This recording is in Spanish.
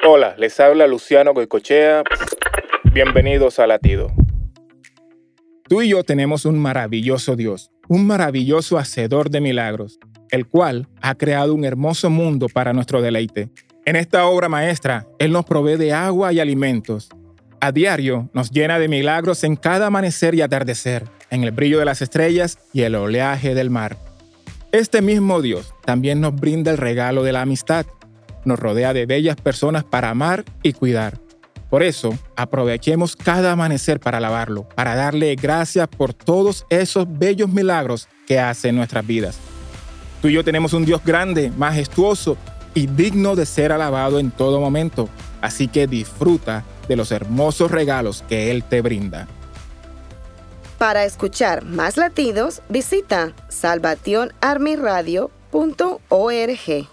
Hola, les habla Luciano Goicoechea. Bienvenidos a Latido. Tú y yo tenemos un maravilloso Dios, un maravilloso hacedor de milagros, el cual ha creado un hermoso mundo para nuestro deleite. En esta obra maestra, Él nos provee de agua y alimentos. A diario nos llena de milagros en cada amanecer y atardecer, en el brillo de las estrellas y el oleaje del mar. Este mismo Dios también nos brinda el regalo de la amistad. Nos rodea de bellas personas para amar y cuidar. Por eso, aprovechemos cada amanecer para alabarlo, para darle gracias por todos esos bellos milagros que hace en nuestras vidas. Tú y yo tenemos un Dios grande, majestuoso y digno de ser alabado en todo momento. Así que disfruta de los hermosos regalos que Él te brinda. Para escuchar más latidos, visita salvationarmyradio.org.